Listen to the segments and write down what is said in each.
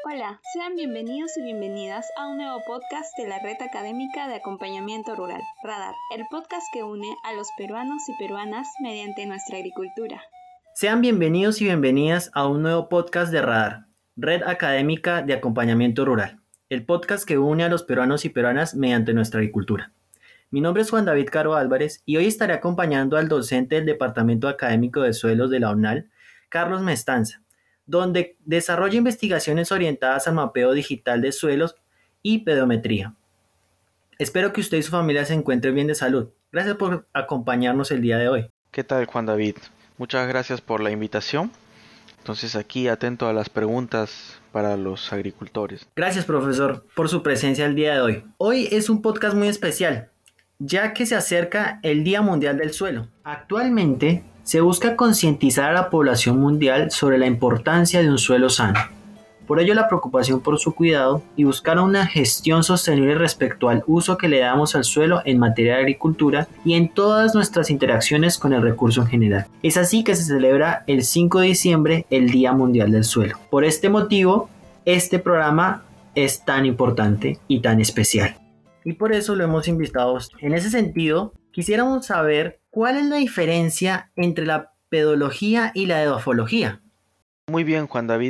Hola, sean bienvenidos y bienvenidas a un nuevo podcast de la Red Académica de Acompañamiento Rural, Radar, el podcast que une a los peruanos y peruanas mediante nuestra agricultura. Sean bienvenidos y bienvenidas a un nuevo podcast de Radar, Red Académica de Acompañamiento Rural, el podcast que une a los peruanos y peruanas mediante nuestra agricultura. Mi nombre es Juan David Caro Álvarez y hoy estaré acompañando al docente del Departamento Académico de Suelos de la UNAL, Carlos Mestanza, donde desarrolla investigaciones orientadas al mapeo digital de suelos y pedometría. Espero que usted y su familia se encuentren bien de salud. Gracias por acompañarnos el día de hoy. ¿Qué tal, Juan David? Muchas gracias por la invitación. Entonces aquí atento a las preguntas para los agricultores. Gracias, profesor, por su presencia el día de hoy. Hoy es un podcast muy especial, ya que se acerca el Día Mundial del Suelo. Actualmente se busca concientizar a la población mundial sobre la importancia de un suelo sano. Por ello, la preocupación por su cuidado y buscar una gestión sostenible respecto al uso que le damos al suelo en materia de agricultura y en todas nuestras interacciones con el recurso en general. Es así que se celebra el 5 de diciembre el Día Mundial del Suelo. Por este motivo, este programa es tan importante y tan especial. Y por eso lo hemos invitado. En ese sentido, quisiéramos saber cuál es la diferencia entre la pedología y la edafología. Muy bien, Juan David.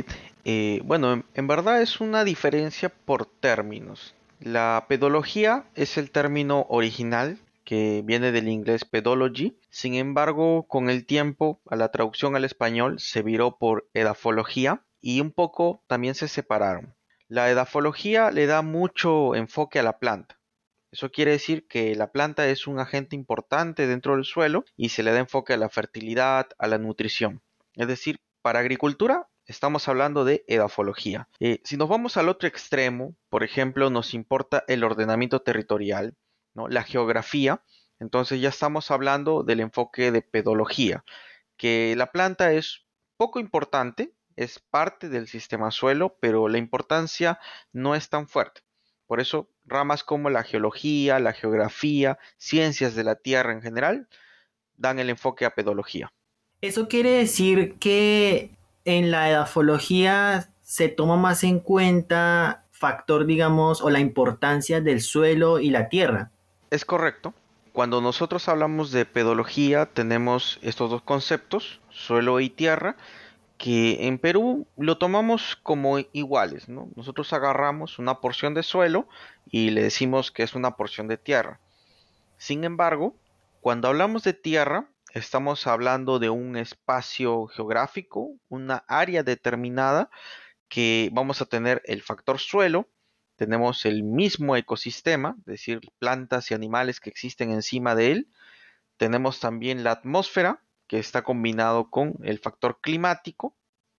En verdad es una diferencia por términos. La pedología es el término original que viene del inglés pedology. Sin embargo, con el tiempo, a la traducción al español se viró por edafología y un poco también se separaron. La edafología le da mucho enfoque a la planta. Eso quiere decir que la planta es un agente importante dentro del suelo y se le da enfoque a la fertilidad, a la nutrición. Es decir, para agricultura estamos hablando de edafología. Si nos vamos al otro extremo, por ejemplo, nos importa el ordenamiento territorial, ¿no? La geografía, entonces ya estamos hablando del enfoque de pedología, que la planta es poco importante, es parte del sistema suelo, pero la importancia no es tan fuerte. Por eso, ramas como la geología, la geografía, ciencias de la tierra en general, dan el enfoque a pedología. Eso quiere decir que en la edafología se toma más en cuenta factor, digamos, o la importancia del suelo y la tierra. Es correcto. Cuando nosotros hablamos de pedología, tenemos estos dos conceptos, suelo y tierra, que en Perú lo tomamos como iguales, ¿no? Nosotros agarramos una porción de suelo y le decimos que es una porción de tierra. Sin embargo, cuando hablamos de tierra, estamos hablando de un espacio geográfico, una área determinada que vamos a tener el factor suelo, tenemos el mismo ecosistema, es decir, plantas y animales que existen encima de él, tenemos también la atmósfera, que está combinado con el factor climático,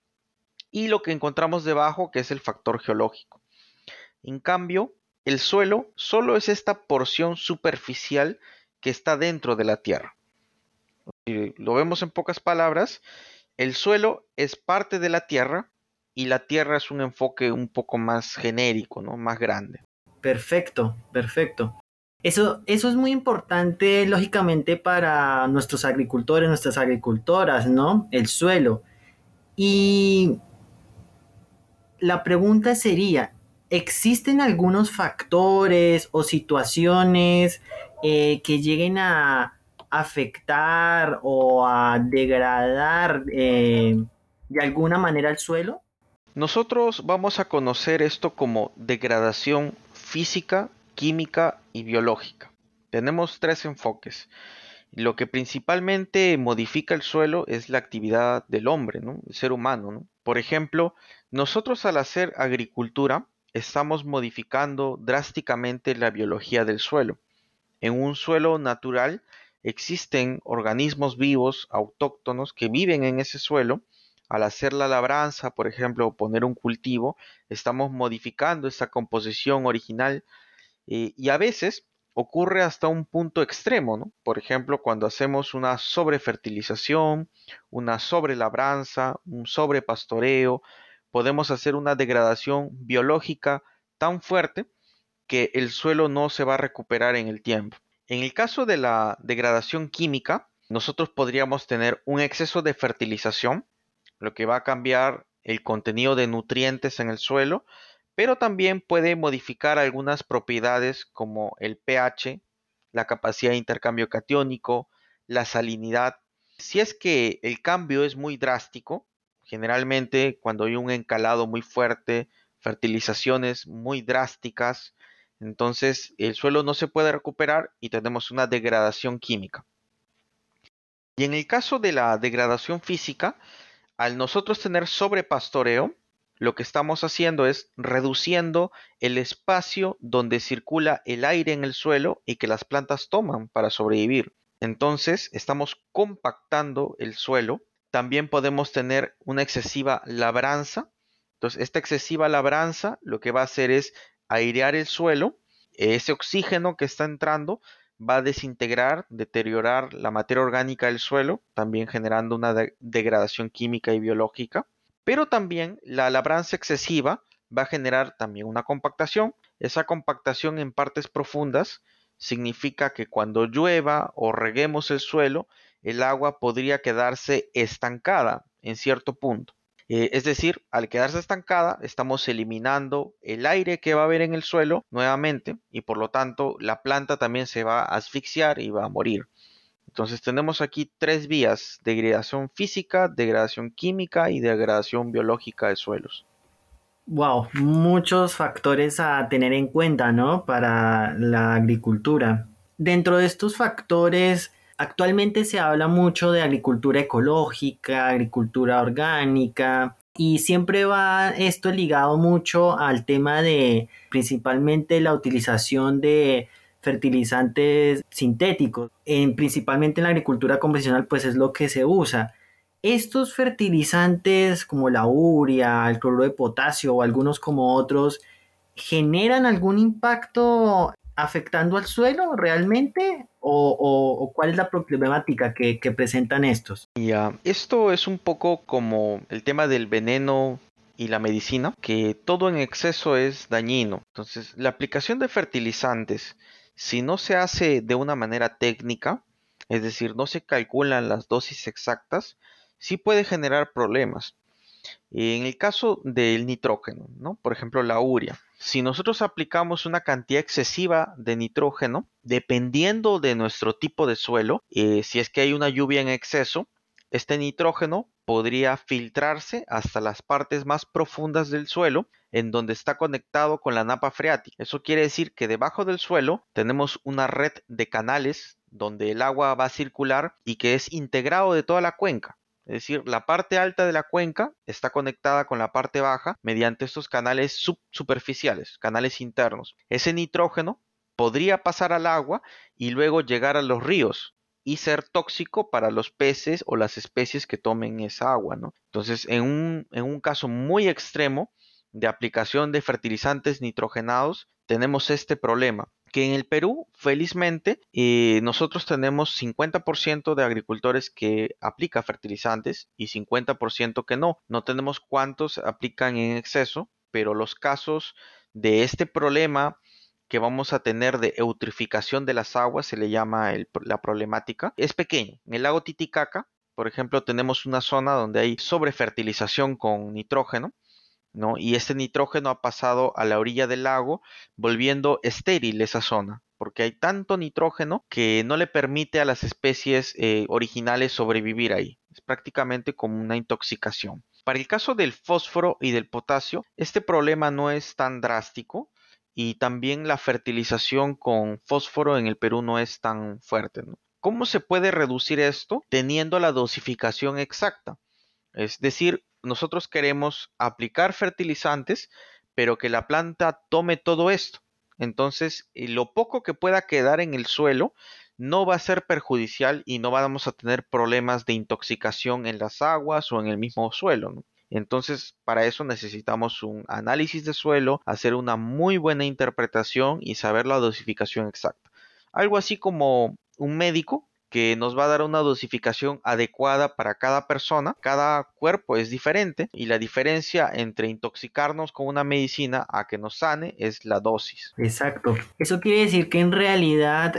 y lo que encontramos debajo, que es el factor geológico. En cambio, el suelo solo es esta porción superficial que está dentro de la Tierra. Si lo vemos en pocas palabras, el suelo es parte de la Tierra y la Tierra es un enfoque un poco más genérico, ¿no? Más grande. Perfecto, perfecto. Eso es muy importante, lógicamente, para nuestros agricultores, nuestras agricultoras, ¿no? El suelo. Y la pregunta sería, ¿existen algunos factores o situaciones que lleguen a afectar o a degradar de alguna manera el suelo? Nosotros vamos a conocer esto como degradación física, química y biológica. Tenemos tres enfoques. Lo que principalmente modifica el suelo es la actividad del hombre, ¿no? El ser humano, ¿no? Por ejemplo, nosotros al hacer agricultura estamos modificando drásticamente la biología del suelo. En un suelo natural existen organismos vivos autóctonos que viven en ese suelo. Al hacer la labranza, por ejemplo, o poner un cultivo, estamos modificando esa composición original y a veces ocurre hasta un punto extremo, ¿no? Por ejemplo, cuando hacemos una sobrefertilización, una sobrelabranza, un sobrepastoreo, podemos hacer una degradación biológica tan fuerte que el suelo no se va a recuperar en el tiempo. En el caso de la degradación química, nosotros podríamos tener un exceso de fertilización, lo que va a cambiar el contenido de nutrientes en el suelo, pero también puede modificar algunas propiedades como el pH, la capacidad de intercambio catiónico, la salinidad. Si es que el cambio es muy drástico, generalmente cuando hay un encalado muy fuerte, fertilizaciones muy drásticas, entonces el suelo no se puede recuperar y tenemos una degradación química. Y en el caso de la degradación física, al nosotros tener sobrepastoreo, lo que estamos haciendo es reduciendo el espacio donde circula el aire en el suelo y que las plantas toman para sobrevivir. Entonces, estamos compactando el suelo. También podemos tener una excesiva labranza. Entonces, esta excesiva labranza lo que va a hacer es airear el suelo. Ese oxígeno que está entrando va a desintegrar, deteriorar la materia orgánica del suelo, también generando una degradación química y biológica. Pero también la labranza excesiva va a generar también una compactación. Esa compactación en partes profundas significa que cuando llueva o reguemos el suelo, el agua podría quedarse estancada en cierto punto. Es decir, al quedarse estancada, estamos eliminando el aire que va a haber en el suelo nuevamente y por lo tanto la planta también se va a asfixiar y va a morir. Entonces tenemos aquí tres vías: degradación física, degradación química y degradación biológica de suelos. Wow, muchos factores a tener en cuenta, ¿no? Para la agricultura. Dentro de estos factores, actualmente se habla mucho de agricultura ecológica, agricultura orgánica, y siempre va esto ligado mucho al tema de principalmente la utilización de fertilizantes sintéticos. Principalmente en la agricultura convencional, pues es lo que se usa. Estos fertilizantes como la urea, el cloruro de potasio o algunos como otros, ¿generan algún impacto afectando al suelo realmente? ¿O cuál es la problemática que presentan estos? Esto es un poco como el tema del veneno y la medicina, que todo en exceso es dañino. Entonces, la aplicación de fertilizantes, si no se hace de una manera técnica, es decir, no se calculan las dosis exactas, sí puede generar problemas. En el caso del nitrógeno, ¿no? Por ejemplo, la urea. Si nosotros aplicamos una cantidad excesiva de nitrógeno, dependiendo de nuestro tipo de suelo, si es que hay una lluvia en exceso, este nitrógeno podría filtrarse hasta las partes más profundas del suelo, en donde está conectado con la napa freática. Eso quiere decir que debajo del suelo tenemos una red de canales donde el agua va a circular y que es integrado de toda la cuenca. Es decir, la parte alta de la cuenca está conectada con la parte baja mediante estos canales subsuperficiales, canales internos. Ese nitrógeno podría pasar al agua y luego llegar a los ríos y ser tóxico para los peces o las especies que tomen esa agua, ¿no? Entonces, en un caso muy extremo de aplicación de fertilizantes nitrogenados, tenemos este problema que en el Perú, felizmente, nosotros tenemos 50% de agricultores que aplican fertilizantes y 50% que no. No tenemos cuántos aplican en exceso, pero los casos de este problema que vamos a tener de eutrificación de las aguas, se le llama la problemática, es pequeño. En el lago Titicaca, por ejemplo, tenemos una zona donde hay sobrefertilización con nitrógeno, ¿no? Y este nitrógeno ha pasado a la orilla del lago, volviendo estéril esa zona, porque hay tanto nitrógeno que no le permite a las especies originales sobrevivir ahí. Es prácticamente como una intoxicación. Para el caso del fósforo y del potasio, este problema no es tan drástico y también la fertilización con fósforo en el Perú no es tan fuerte, ¿no? ¿Cómo se puede reducir esto teniendo la dosificación exacta? Es decir, nosotros queremos aplicar fertilizantes, pero que la planta tome todo esto. Entonces, lo poco que pueda quedar en el suelo no va a ser perjudicial y no vamos a tener problemas de intoxicación en las aguas o en el mismo suelo, ¿no? Entonces, para eso necesitamos un análisis de suelo, hacer una muy buena interpretación y saber la dosificación exacta. Algo así como un médico que nos va a dar una dosificación adecuada para cada persona. Cada cuerpo es diferente y la diferencia entre intoxicarnos con una medicina a que nos sane es la dosis. Exacto. Eso quiere decir que en realidad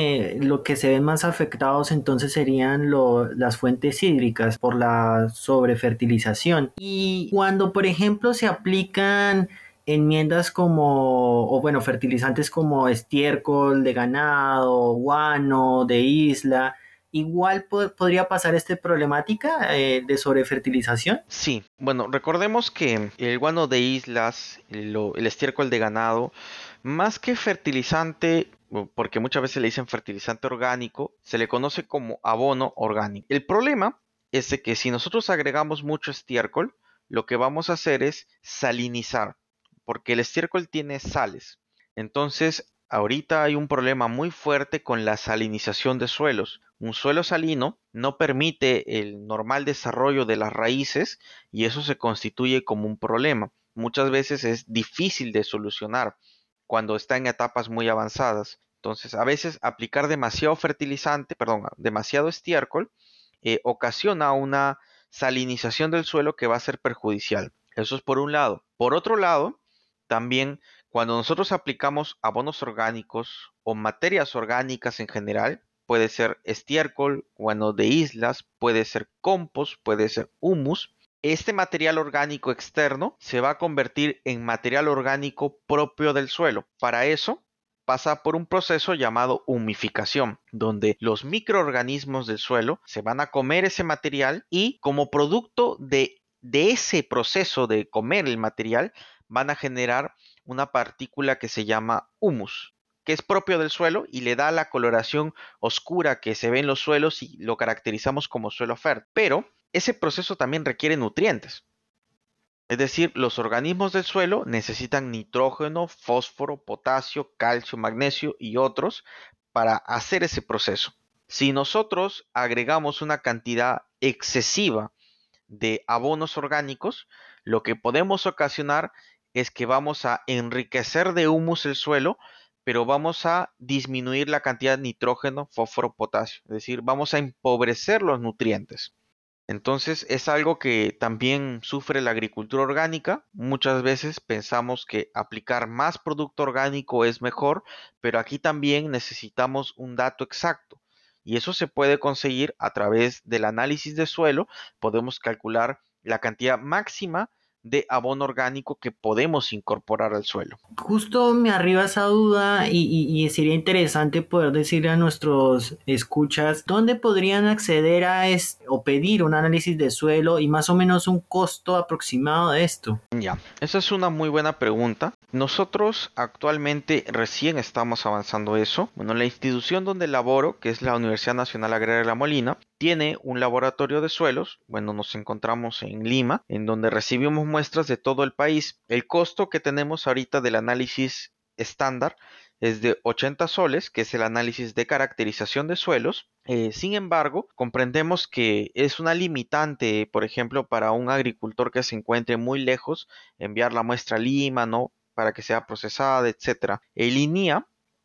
lo que se ven más afectados entonces serían las fuentes hídricas por la sobrefertilización. Y cuando, por ejemplo, se aplican enmiendas como, o bueno, fertilizantes como estiércol de ganado, guano, de isla, igual podría pasar esta problemática de sobrefertilización. Sí, bueno, recordemos que el guano de islas, el estiércol de ganado, más que fertilizante, porque muchas veces le dicen fertilizante orgánico, se le conoce como abono orgánico. El problema es de que si nosotros agregamos mucho estiércol, lo que vamos a hacer es salinizar, porque el estiércol tiene sales. Entonces, ahorita hay un problema muy fuerte con la salinización de suelos. Un suelo salino no permite el normal desarrollo de las raíces y eso se constituye como un problema. Muchas veces es difícil de solucionar cuando está en etapas muy avanzadas. Entonces, a veces aplicar demasiado fertilizante, perdón, demasiado estiércol, ocasiona una salinización del suelo que va a ser perjudicial. Eso es por un lado. Por otro lado, también cuando nosotros aplicamos abonos orgánicos o materias orgánicas en general, puede ser estiércol, guano de islas, puede ser compost, puede ser humus. Este material orgánico externo se va a convertir en material orgánico propio del suelo. Para eso pasa por un proceso llamado humificación, donde los microorganismos del suelo se van a comer ese material y como producto de ese proceso de comer el material, van a generar una partícula que se llama humus, que es propio del suelo y le da la coloración oscura que se ve en los suelos y lo caracterizamos como suelo fértil. Pero ese proceso también requiere nutrientes. Es decir, los organismos del suelo necesitan nitrógeno, fósforo, potasio, calcio, magnesio y otros para hacer ese proceso. Si nosotros agregamos una cantidad excesiva de abonos orgánicos, lo que podemos ocasionar es que vamos a enriquecer de humus el suelo, pero vamos a disminuir la cantidad de nitrógeno, fósforo, potasio. Es decir, vamos a empobrecer los nutrientes. Entonces es algo que también sufre la agricultura orgánica. Muchas veces pensamos que aplicar más producto orgánico es mejor, pero aquí también necesitamos un dato exacto. Y eso se puede conseguir a través del análisis de suelo. Podemos calcular la cantidad máxima de abono orgánico que podemos incorporar al suelo. Justo me arriba esa duda y sería interesante poder decirle a nuestros escuchas dónde podrían acceder a o pedir un análisis de suelo y más o menos un costo aproximado de esto. Ya, esa es una muy buena pregunta. Nosotros actualmente recién estamos avanzando eso. Bueno, la institución donde laboro, que es la Universidad Nacional Agraria de La Molina, tiene un laboratorio de suelos. Bueno, nos encontramos en Lima, en donde recibimos muestras de todo el país. El costo que tenemos ahorita del análisis estándar es de 80 soles, que es el análisis de caracterización de suelos. Sin embargo, comprendemos que es una limitante, por ejemplo, para un agricultor que se encuentre muy lejos, enviar la muestra a Lima, ¿no? Para que sea procesada, etcétera. El INIA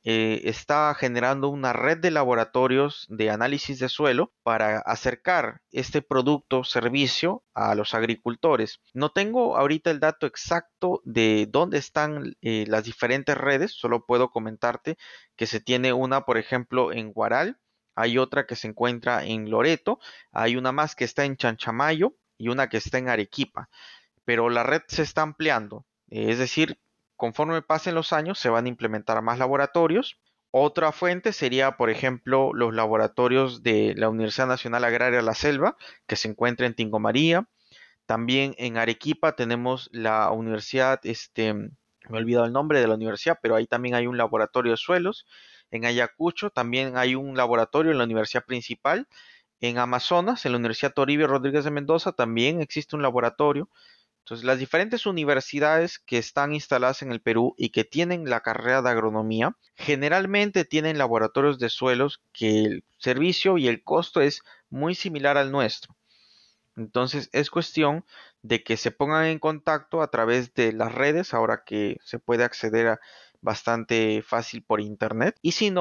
está generando una red de laboratorios de análisis de suelo para acercar este producto servicio a los agricultores. No tengo ahorita el dato exacto de dónde están las diferentes redes, solo puedo comentarte que se tiene una, por ejemplo, en Guaral, hay otra que se encuentra en Loreto, hay una más que está en Chanchamayo y una que está en Arequipa, pero la red se está ampliando, es decir, conforme pasen los años se van a implementar más laboratorios. Otra fuente sería, por ejemplo, los laboratorios de la Universidad Nacional Agraria La Selva, que se encuentra en Tingo María. También en Arequipa tenemos la universidad, me he olvidado el nombre de la universidad, pero ahí también hay un laboratorio de suelos. En Ayacucho también hay un laboratorio en la universidad principal. En Amazonas, en la Universidad Toribio Rodríguez de Mendoza, también existe un laboratorio. Entonces, las diferentes universidades que están instaladas en el Perú y que tienen la carrera de agronomía, generalmente tienen laboratorios de suelos que el servicio y el costo es muy similar al nuestro. Entonces, es cuestión de que se pongan en contacto a través de las redes, ahora que se puede acceder a bastante fácil por internet. Y si no,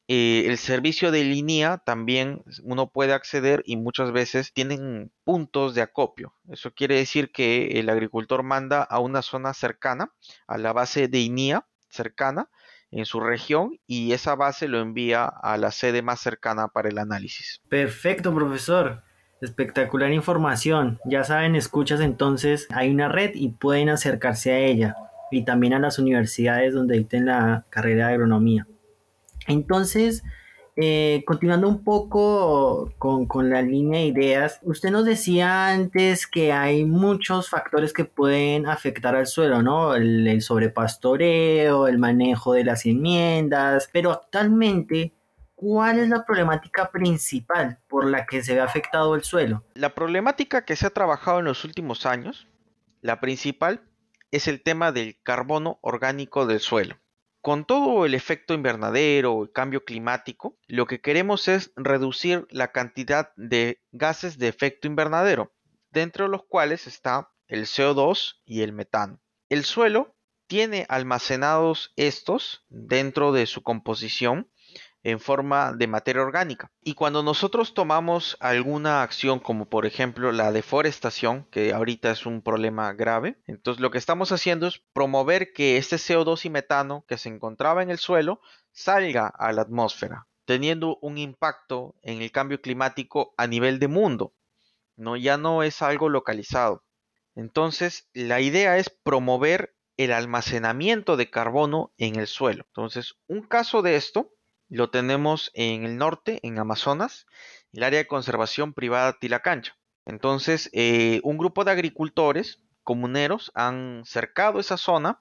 El servicio de línea también uno puede acceder y muchas veces tienen puntos de acopio. Eso quiere decir que el agricultor manda a una zona cercana, a la base de INIA cercana en su región, y esa base lo envía a la sede más cercana para el análisis. Perfecto, profesor. Espectacular información. Ya saben, escuchas, entonces hay una red y pueden acercarse a ella y también a las universidades donde dicten la carrera de agronomía. Entonces, continuando un poco con la línea de ideas, usted nos decía antes que hay muchos factores que pueden afectar al suelo, ¿no? El sobrepastoreo, el manejo de las enmiendas, pero actualmente, ¿cuál es la problemática principal por la que se ve afectado el suelo? La problemática que se ha trabajado en los últimos años, la principal, es el tema del carbono orgánico del suelo. Con todo el efecto invernadero o el cambio climático, lo que queremos es reducir la cantidad de gases de efecto invernadero, dentro de los cuales está el CO2 y el metano. El suelo tiene almacenados estos dentro de su composición en forma de materia orgánica. Y cuando nosotros tomamos alguna acción como por ejemplo la deforestación, que ahorita es un problema grave, entonces lo que estamos haciendo es promover que este CO2 y metano que se encontraba en el suelo salga a la atmósfera, teniendo un impacto en el cambio climático a nivel de mundo, ¿no? Ya no es algo localizado. Entonces, la idea es promover el almacenamiento de carbono en el suelo. Entonces, un caso de esto lo tenemos en el norte, en Amazonas, el área de conservación privada Tilacancha. Entonces, un grupo de agricultores comuneros han cercado esa zona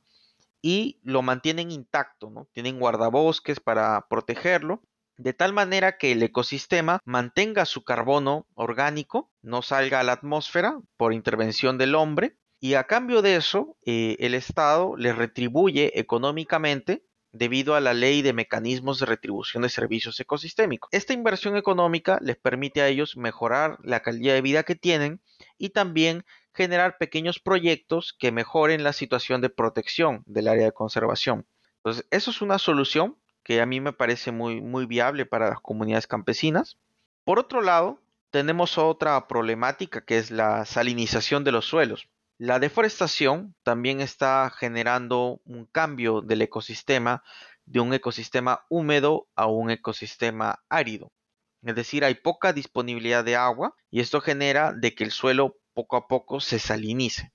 y lo mantienen intacto, ¿no? Tienen guardabosques para protegerlo, de tal manera que el ecosistema mantenga su carbono orgánico, no salga a la atmósfera por intervención del hombre, y a cambio de eso, el Estado le retribuye económicamente debido a la ley de mecanismos de retribución de servicios ecosistémicos. Esta inversión económica les permite a ellos mejorar la calidad de vida que tienen y también generar pequeños proyectos que mejoren la situación de protección del área de conservación. Entonces, eso es una solución que a mí me parece muy viable para las comunidades campesinas. Por otro lado, tenemos otra problemática que es la salinización de los suelos. La deforestación también está generando un cambio del ecosistema, de un ecosistema húmedo a un ecosistema árido. Es decir, hay poca disponibilidad de agua y esto genera de que el suelo poco a poco se salinice.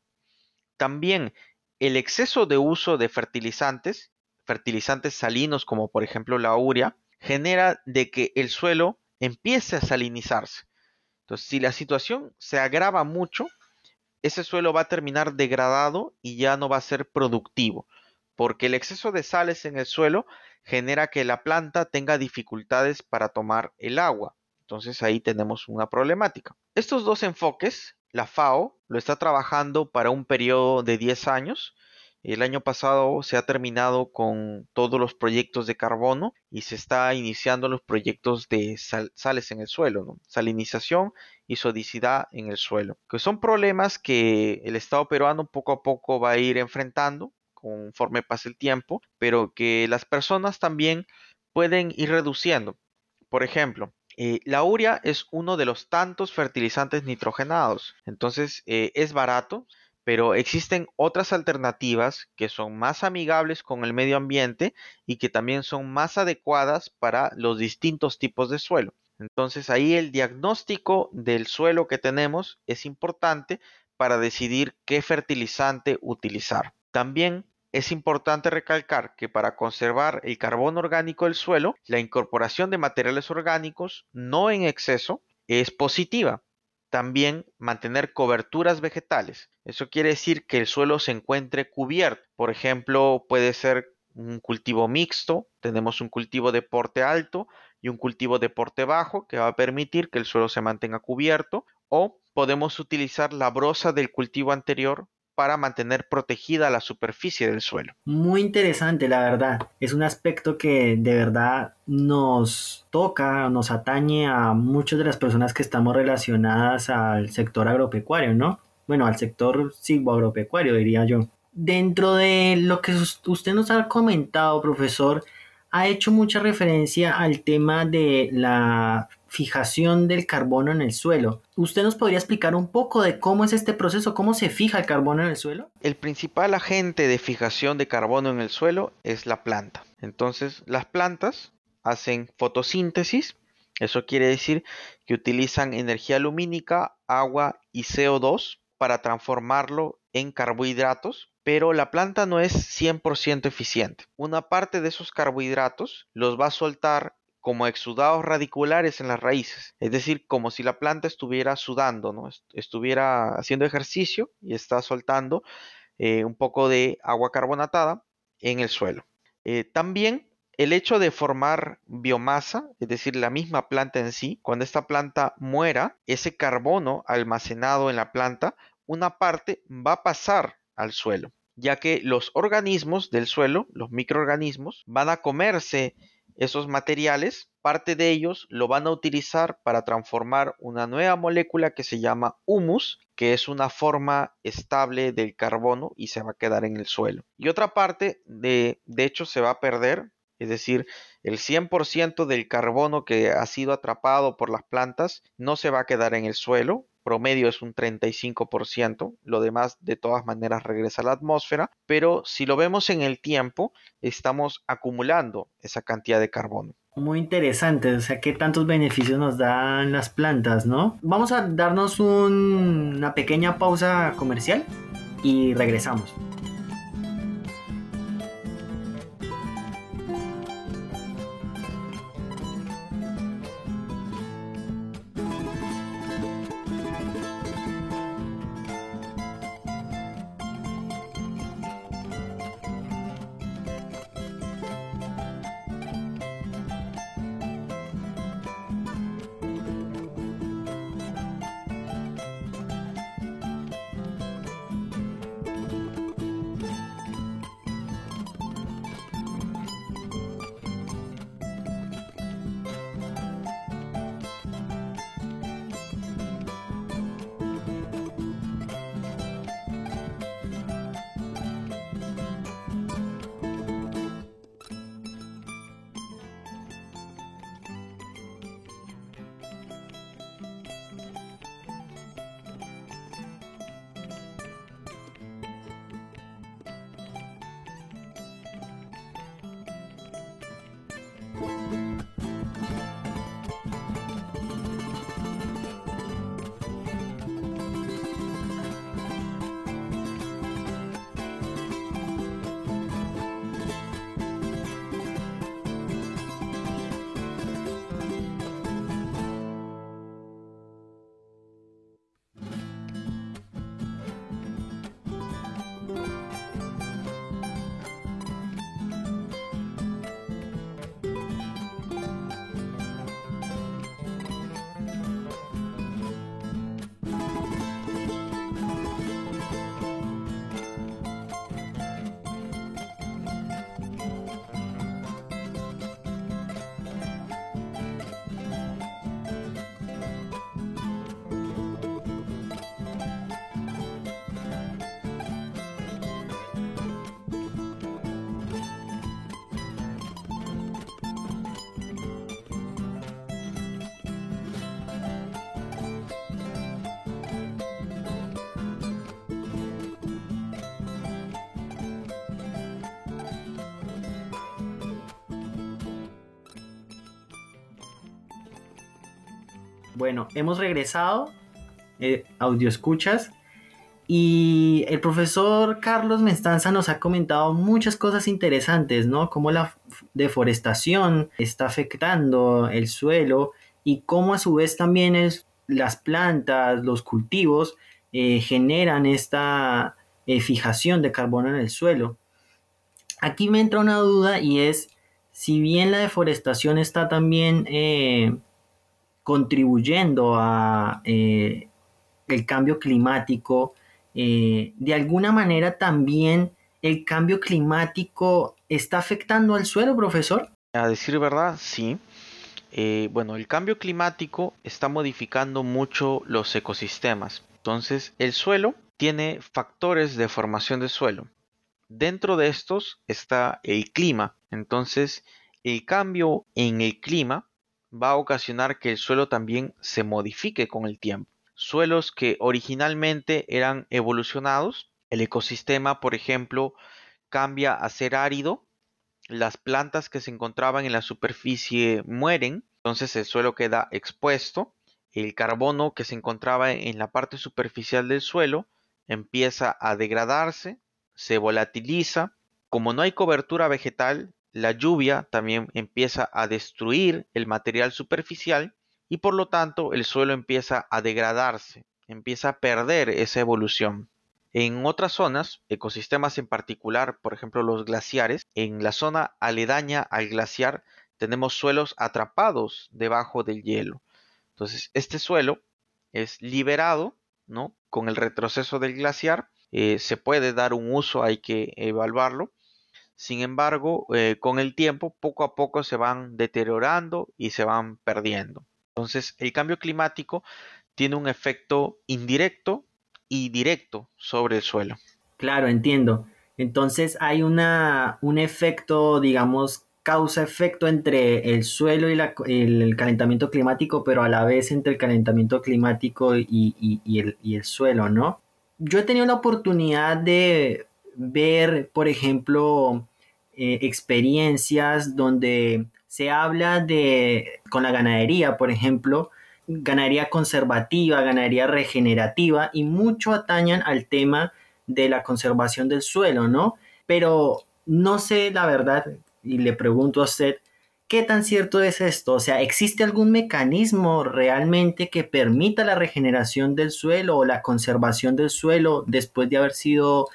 También el exceso de uso de fertilizantes, fertilizantes salinos como por ejemplo la urea, genera de que el suelo empiece a salinizarse. Entonces, si la situación se agrava mucho, ese suelo va a terminar degradado y ya no va a ser productivo, porque el exceso de sales en el suelo genera que la planta tenga dificultades para tomar el agua. Entonces ahí tenemos una problemática. Estos dos enfoques, la FAO lo está trabajando para un periodo de 10 años. El año pasado se ha terminado con todos los proyectos de carbono y se está iniciando los proyectos de sales en el suelo, ¿no? Salinización y sodicidad en el suelo, que son problemas que el Estado peruano poco a poco va a ir enfrentando conforme pase el tiempo, pero que las personas también pueden ir reduciendo. Por ejemplo, la urea es uno de los tantos fertilizantes nitrogenados, entonces es barato, pero existen otras alternativas que son más amigables con el medio ambiente y que también son más adecuadas para los distintos tipos de suelo. Entonces ahí el diagnóstico del suelo que tenemos es importante para decidir qué fertilizante utilizar. También es importante recalcar que para conservar el carbono orgánico del suelo, la incorporación de materiales orgánicos, no en exceso, es positiva. También mantener coberturas vegetales. Eso quiere decir que el suelo se encuentre cubierto. Por ejemplo, puede ser un cultivo mixto. Tenemos un cultivo de porte alto y un cultivo de porte bajo que va a permitir que el suelo se mantenga cubierto. O podemos utilizar la brosa del cultivo anterior para mantener protegida la superficie del suelo. Muy interesante, la verdad. Es un aspecto que de verdad nos toca, nos atañe a muchas de las personas que estamos relacionadas al sector agropecuario, ¿no? Bueno, al sector silvoagropecuario, diría yo. Dentro de lo que usted nos ha comentado, profesor, ha hecho mucha referencia al tema de la fijación del carbono en el suelo. ¿Usted nos podría explicar un poco de cómo es este proceso, cómo se fija el carbono en el suelo? El principal agente de fijación de carbono en el suelo es la planta. Entonces, las plantas hacen fotosíntesis. Eso quiere decir que utilizan energía lumínica, agua y CO2 para transformarlo en carbohidratos, pero la planta no es 100% eficiente. Una parte de esos carbohidratos los va a soltar como exudados radiculares en las raíces, es decir, como si la planta estuviera sudando, ¿no? Estuviera haciendo ejercicio y está soltando un poco de agua carbonatada en el suelo. También el hecho de formar biomasa, es decir, la misma planta en sí, cuando esta planta muera, ese carbono almacenado en la planta, una parte va a pasar al suelo, ya que los organismos del suelo, los microorganismos, van a comerse esos materiales, parte de ellos lo van a utilizar para transformar una nueva molécula que se llama humus, que es una forma estable del carbono y se va a quedar en el suelo. Y otra parte, de hecho, se va a perder, es decir, el 100% del carbono que ha sido atrapado por las plantas no se va a quedar en el suelo, promedio es un 35%, lo demás de todas maneras regresa a la atmósfera, pero si lo vemos en el tiempo, estamos acumulando esa cantidad de carbono. Muy interesante, o sea, qué tantos beneficios nos dan las plantas, ¿no? Vamos a darnos una pequeña pausa comercial y regresamos. Bueno, hemos regresado, audio escuchas, y el profesor Carlos Mestanza nos ha comentado muchas cosas interesantes, ¿no? Cómo la deforestación está afectando el suelo y cómo a su vez también las plantas, los cultivos generan esta fijación de carbono en el suelo. Aquí me entra una duda y es, si bien la deforestación está también contribuyendo a el cambio climático, de alguna manera también el cambio climático está afectando al suelo, profesor. A decir verdad, sí. Bueno, el cambio climático está modificando mucho los ecosistemas. Entonces, el suelo tiene factores de formación de suelo. Dentro de estos está el clima. Entonces, el cambio en el clima va a ocasionar que el suelo también se modifique con el tiempo. Suelos que originalmente eran evolucionados, el ecosistema, por ejemplo, cambia a ser árido, las plantas que se encontraban en la superficie mueren, entonces el suelo queda expuesto, el carbono que se encontraba en la parte superficial del suelo empieza a degradarse, se volatiliza, como no hay cobertura vegetal, la lluvia también empieza a destruir el material superficial y por lo tanto el suelo empieza a degradarse, empieza a perder esa evolución. En otras zonas, ecosistemas en particular, por ejemplo los glaciares, en la zona aledaña al glaciar tenemos suelos atrapados debajo del hielo. Entonces, este suelo es liberado, ¿no? Con el retroceso del glaciar, se puede dar un uso, hay que evaluarlo. Sin embargo, con el tiempo, poco a poco se van deteriorando y se van perdiendo. Entonces, el cambio climático tiene un efecto indirecto y directo sobre el suelo. Claro, entiendo. Entonces hay un efecto, digamos, causa-efecto entre el suelo y el calentamiento climático, pero a la vez entre el calentamiento climático y el suelo, ¿no? Yo he tenido la oportunidad de ver, por ejemplo, experiencias donde se habla con la ganadería, por ejemplo, ganadería conservativa, ganadería regenerativa, y mucho atañan al tema de la conservación del suelo, ¿no? Pero no sé la verdad, y le pregunto a usted, ¿qué tan cierto es esto? O sea, ¿existe algún mecanismo realmente que permita la regeneración del suelo o la conservación del suelo después de haber sido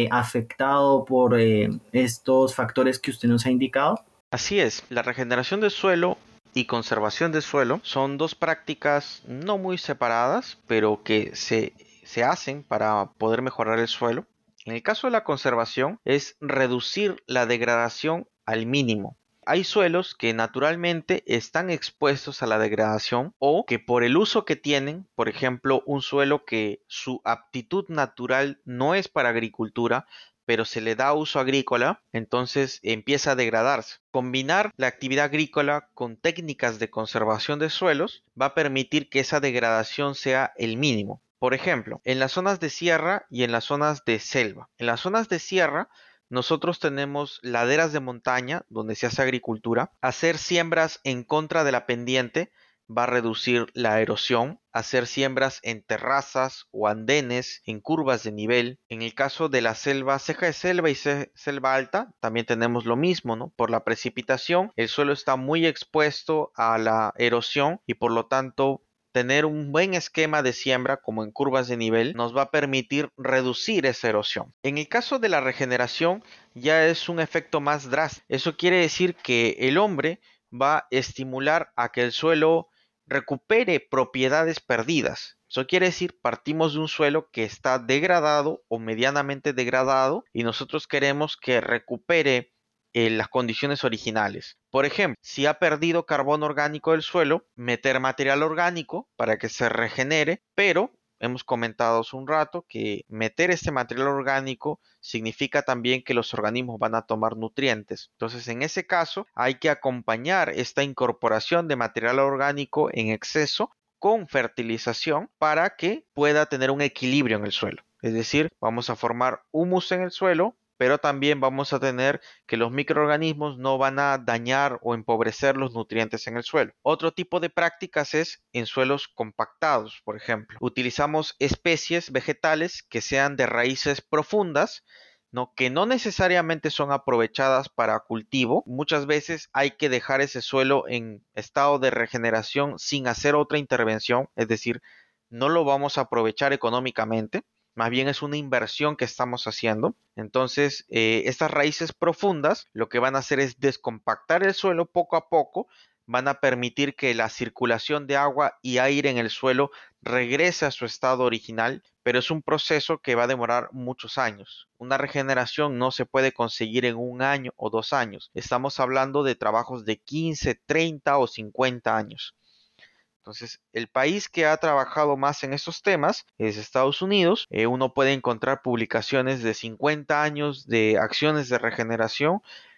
afectado por estos factores que usted nos ha indicado? Así es, la regeneración del suelo y conservación del suelo son dos prácticas no muy separadas, pero que se hacen para poder mejorar el suelo. En el caso de la conservación es reducir la degradación al mínimo. Hay suelos que naturalmente están expuestos a la degradación o que por el uso que tienen, por ejemplo, un suelo que su aptitud natural no es para agricultura, pero se le da uso agrícola, entonces empieza a degradarse. Combinar la actividad agrícola con técnicas de conservación de suelos va a permitir que esa degradación sea el mínimo. Por ejemplo, en las zonas de sierra y en las zonas de selva. En las zonas de sierra nosotros tenemos laderas de montaña donde se hace agricultura. Hacer siembras en contra de la pendiente va a reducir la erosión. Hacer siembras en terrazas o andenes, en curvas de nivel. En el caso de la selva, ceja de selva y selva alta, también tenemos lo mismo, ¿no? Por la precipitación, el suelo está muy expuesto a la erosión y por lo tanto tener un buen esquema de siembra como en curvas de nivel nos va a permitir reducir esa erosión. En el caso de la regeneración ya es un efecto más drástico. Eso quiere decir que el hombre va a estimular a que el suelo recupere propiedades perdidas. Eso quiere decir, partimos de un suelo que está degradado o medianamente degradado y nosotros queremos que recupere las condiciones originales. Por ejemplo, si ha perdido carbono orgánico del suelo, meter material orgánico para que se regenere, pero hemos comentado hace un rato que meter este material orgánico significa también que los organismos van a tomar nutrientes. Entonces, en ese caso, hay que acompañar esta incorporación de material orgánico en exceso con fertilización para que pueda tener un equilibrio en el suelo. Es decir, vamos a formar humus en el suelo, pero también vamos a tener que los microorganismos no van a dañar o empobrecer los nutrientes en el suelo. Otro tipo de prácticas es en suelos compactados, por ejemplo. Utilizamos especies vegetales que sean de raíces profundas, ¿no? Que no necesariamente son aprovechadas para cultivo. Muchas veces hay que dejar ese suelo en estado de regeneración sin hacer otra intervención, es decir, no lo vamos a aprovechar económicamente. Más bien es una inversión que estamos haciendo. Entonces, estas raíces profundas lo que van a hacer es descompactar el suelo poco a poco, van a permitir que la circulación de agua y aire en el suelo regrese a su estado original, pero es un proceso que va a demorar muchos años. Una regeneración no se puede conseguir en un año o 2 años. Estamos hablando de trabajos de 15, 30 o 50 años. Entonces, el país que ha trabajado más en estos temas es Estados Unidos. Uno puede encontrar publicaciones de 50 años de acciones de regeneración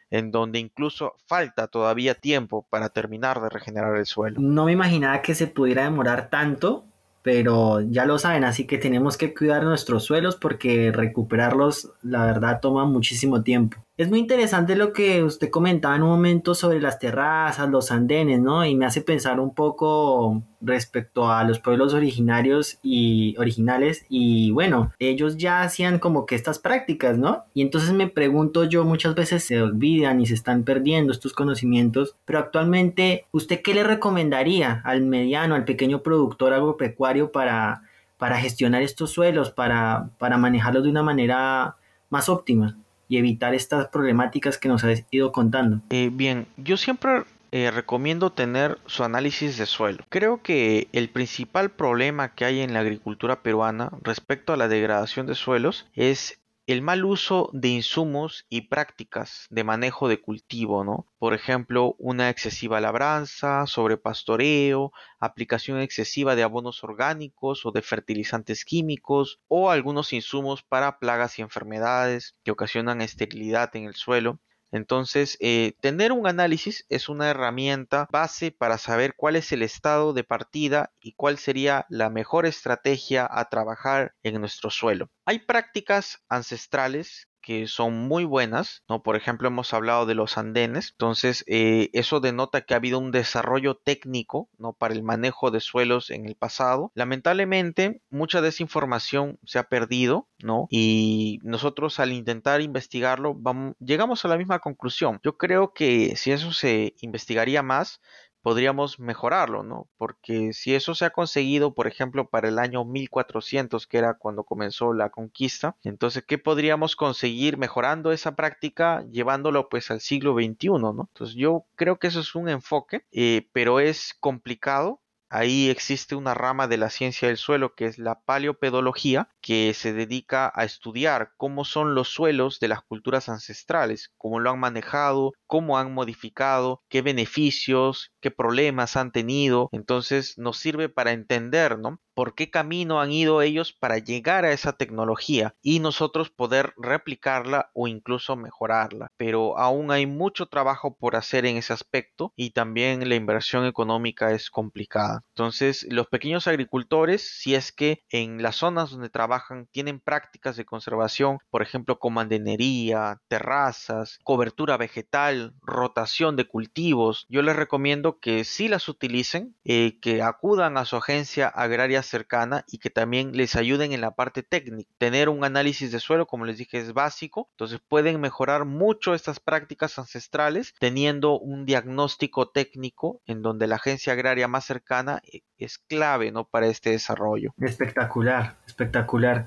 en donde incluso falta todavía tiempo para terminar de regenerar el suelo. No me imaginaba que se pudiera demorar tanto, pero ya lo saben, así que tenemos que cuidar nuestros suelos porque recuperarlos, la verdad, toma muchísimo tiempo. Es muy interesante lo que usted comentaba en un momento sobre las terrazas, los andenes, ¿no? Y me hace pensar un poco respecto a los pueblos originarios y originales y bueno, ellos ya hacían como que estas prácticas, ¿no? Y entonces me pregunto yo, muchas veces se olvidan y se están perdiendo estos conocimientos, pero actualmente, ¿usted qué le recomendaría al mediano, al pequeño productor agropecuario para gestionar estos suelos, para manejarlos de una manera más óptima y evitar estas problemáticas que nos ha ido contando? Bien, yo siempre recomiendo tener su análisis de suelo. Creo que el principal problema que hay en la agricultura peruana respecto a la degradación de suelos es el mal uso de insumos y prácticas de manejo de cultivo, ¿no? Por ejemplo, una excesiva labranza, sobrepastoreo, aplicación excesiva de abonos orgánicos o de fertilizantes químicos o algunos insumos para plagas y enfermedades que ocasionan esterilidad en el suelo. Entonces, tener un análisis es una herramienta base para saber cuál es el estado de partida y cuál sería la mejor estrategia a trabajar en nuestro suelo. Hay prácticas ancestrales que son muy buenas, ¿no? Por ejemplo, hemos hablado de los andenes, entonces eso denota que ha habido un desarrollo técnico, ¿no? Para el manejo de suelos en el pasado. Lamentablemente, mucha de esa información se ha perdido, ¿no? Y nosotros al intentar investigarlo, llegamos a la misma conclusión. Yo creo que si eso se investigaría más, podríamos mejorarlo, ¿no? Porque si eso se ha conseguido, por ejemplo, para el año 1400, que era cuando comenzó la conquista, entonces, ¿qué podríamos conseguir mejorando esa práctica, llevándolo pues al siglo XXI, ¿no? Entonces, yo creo que eso es un enfoque, pero es complicado. Ahí existe una rama de la ciencia del suelo que es la paleopedología, que se dedica a estudiar cómo son los suelos de las culturas ancestrales, cómo lo han manejado, cómo han modificado, qué beneficios, qué problemas han tenido. Entonces nos sirve para entender, ¿no? Por qué camino han ido ellos para llegar a esa tecnología y nosotros poder replicarla o incluso mejorarla. Pero aún hay mucho trabajo por hacer en ese aspecto y también la inversión económica es complicada. Entonces, los pequeños agricultores, si es que en las zonas donde trabajan tienen prácticas de conservación, por ejemplo, como andenería, terrazas, cobertura vegetal, rotación de cultivos, yo les recomiendo que sí las utilicen, que acudan a su agencia agraria cercana y que también les ayuden en la parte técnica. Tener un análisis de suelo, como les dije, es básico, entonces pueden mejorar mucho estas prácticas ancestrales teniendo un diagnóstico técnico en donde la agencia agraria más cercana es clave, ¿no? Para este desarrollo. Espectacular, espectacular.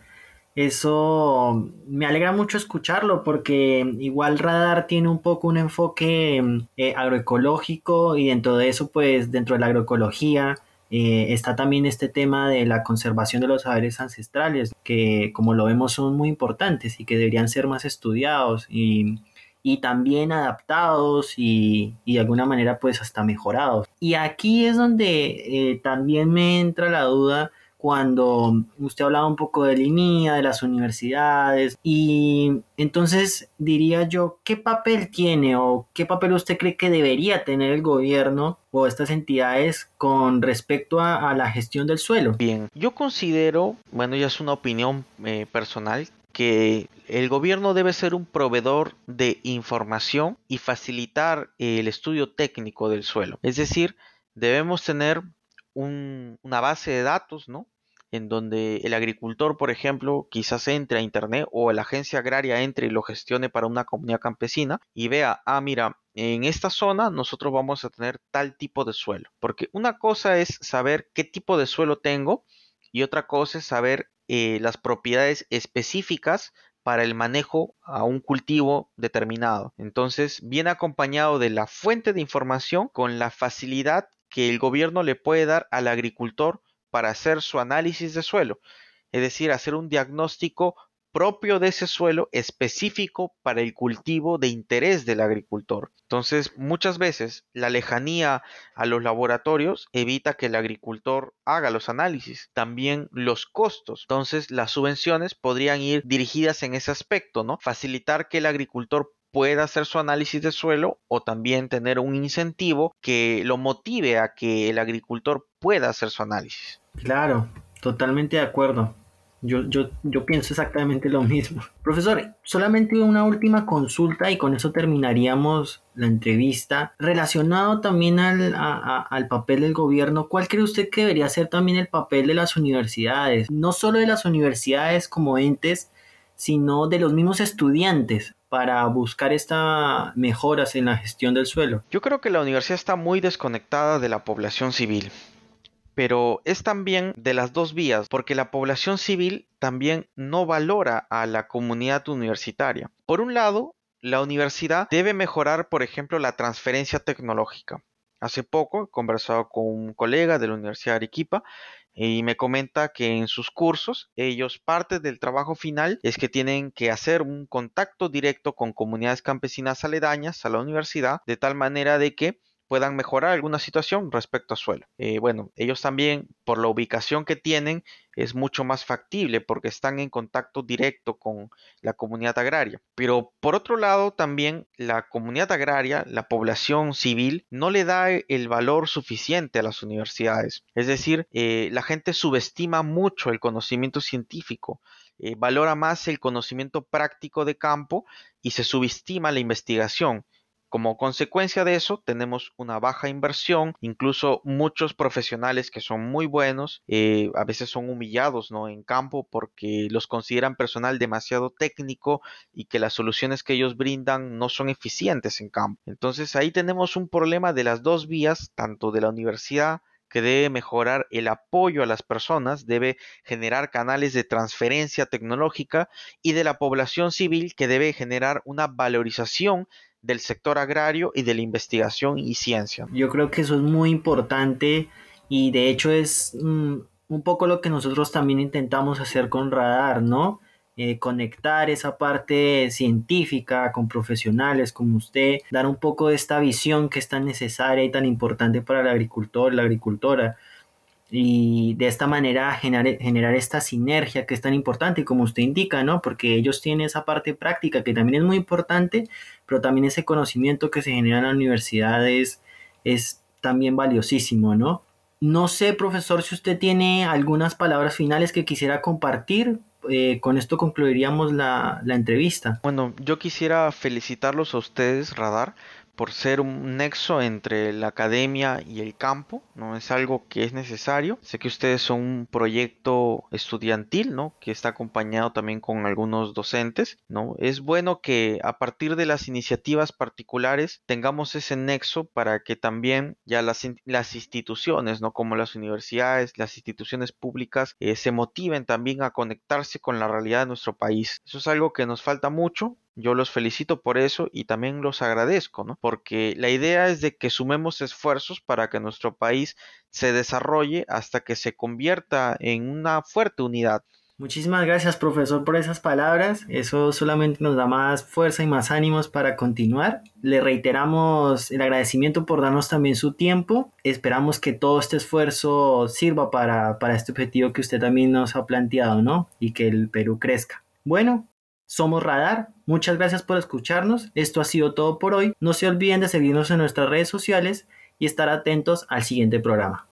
Eso me alegra mucho escucharlo porque igual Radar tiene un poco un enfoque agroecológico y dentro de eso, pues dentro de la agroecología está también este tema de la conservación de los saberes ancestrales que como lo vemos son muy importantes y que deberían ser más estudiados y también adaptados y de alguna manera pues hasta mejorados. Y aquí es donde también me entra la duda cuando usted hablaba un poco de línea, de las universidades, y entonces diría yo, ¿qué papel tiene o qué papel usted cree que debería tener el gobierno o estas entidades con respecto a la gestión del suelo? Bien, yo considero, bueno, ya es una opinión personal, que el gobierno debe ser un proveedor de información y facilitar el estudio técnico del suelo. Es decir, debemos tener una base de datos, ¿no? En donde el agricultor, por ejemplo, quizás entre a internet o la agencia agraria entre y lo gestione para una comunidad campesina y vea, ah, mira, en esta zona nosotros vamos a tener tal tipo de suelo. Porque una cosa es saber qué tipo de suelo tengo y otra cosa es saber las propiedades específicas para el manejo a un cultivo determinado. Entonces, viene acompañado de la fuente de información con la facilidad que el gobierno le puede dar al agricultor para hacer su análisis de suelo, es decir, hacer un diagnóstico propio de ese suelo específico para el cultivo de interés del agricultor. Entonces, muchas veces la lejanía a los laboratorios evita que el agricultor haga los análisis. También los costos. Entonces, las subvenciones podrían ir dirigidas en ese aspecto, ¿no? Facilitar que el agricultor pueda hacer su análisis de suelo o también tener un incentivo que lo motive a que el agricultor pueda hacer su análisis. Claro, totalmente de acuerdo. Yo pienso exactamente lo mismo. Profesor, solamente una última consulta y con eso terminaríamos la entrevista. Relacionado también al papel del gobierno, ¿cuál cree usted que debería ser también el papel de las universidades? No solo de las universidades como entes, sino de los mismos estudiantes para buscar estas mejoras en la gestión del suelo. Yo creo que la universidad está muy desconectada de la población civil. Pero es también de las dos vías, porque la población civil también no valora a la comunidad universitaria. Por un lado, la universidad debe mejorar, por ejemplo, la transferencia tecnológica. Hace poco he conversado con un colega de la Universidad de Arequipa y me comenta que en sus cursos, ellos parte del trabajo final es que tienen que hacer un contacto directo con comunidades campesinas aledañas a la universidad, de tal manera de que puedan mejorar alguna situación respecto a suelo. Bueno, ellos también, por la ubicación que tienen, es mucho más factible porque están en contacto directo con la comunidad agraria. Pero por otro lado, también la comunidad agraria, la población civil, no le da el valor suficiente a las universidades. Es decir, la gente subestima mucho el conocimiento científico. Valora más el conocimiento práctico de campo y se subestima la investigación. Como consecuencia de eso, tenemos una baja inversión, incluso muchos profesionales que son muy buenos, a veces son humillados, ¿no?, en campo porque los consideran personal demasiado técnico y que las soluciones que ellos brindan no son eficientes en campo. Entonces ahí tenemos un problema de las dos vías, tanto de la universidad, que debe mejorar el apoyo a las personas, debe generar canales de transferencia tecnológica, y de la población civil, que debe generar una valorización del sector agrario y de la investigación y ciencia. Yo creo que eso es muy importante y de hecho es un poco lo que nosotros también intentamos hacer con Radar, ¿no? Conectar esa parte científica con profesionales como usted, dar un poco de esta visión que es tan necesaria y tan importante para el agricultor, la agricultora, y de esta manera generar esta sinergia que es tan importante y como usted indica, ¿no? Porque ellos tienen esa parte práctica que también es muy importante, pero también ese conocimiento que se genera en la universidad es también valiosísimo, ¿no? No sé, profesor, si usted tiene algunas palabras finales que quisiera compartir. Con esto concluiríamos la entrevista. Bueno, yo quisiera felicitarlos a ustedes, Radar, por ser un nexo entre la academia y el campo, ¿no? Es algo que es necesario. Sé que ustedes son un proyecto estudiantil, ¿no?, que está acompañado también con algunos docentes, ¿no? Es bueno que a partir de las iniciativas particulares tengamos ese nexo para que también ya las instituciones, ¿no?, como las universidades, las instituciones públicas, se motiven también a conectarse con la realidad de nuestro país. Eso es algo que nos falta mucho. Yo los felicito por eso y también los agradezco, ¿no? Porque la idea es de que sumemos esfuerzos para que nuestro país se desarrolle hasta que se convierta en una fuerte unidad. Muchísimas gracias, profesor, por esas palabras. Eso solamente nos da más fuerza y más ánimos para continuar. Le reiteramos el agradecimiento por darnos también su tiempo. Esperamos que todo este esfuerzo sirva para este objetivo que usted también nos ha planteado, ¿no? Y que el Perú crezca. Bueno, somos Radar. Muchas gracias por escucharnos. Esto ha sido todo por hoy. No se olviden de seguirnos en nuestras redes sociales y estar atentos al siguiente programa.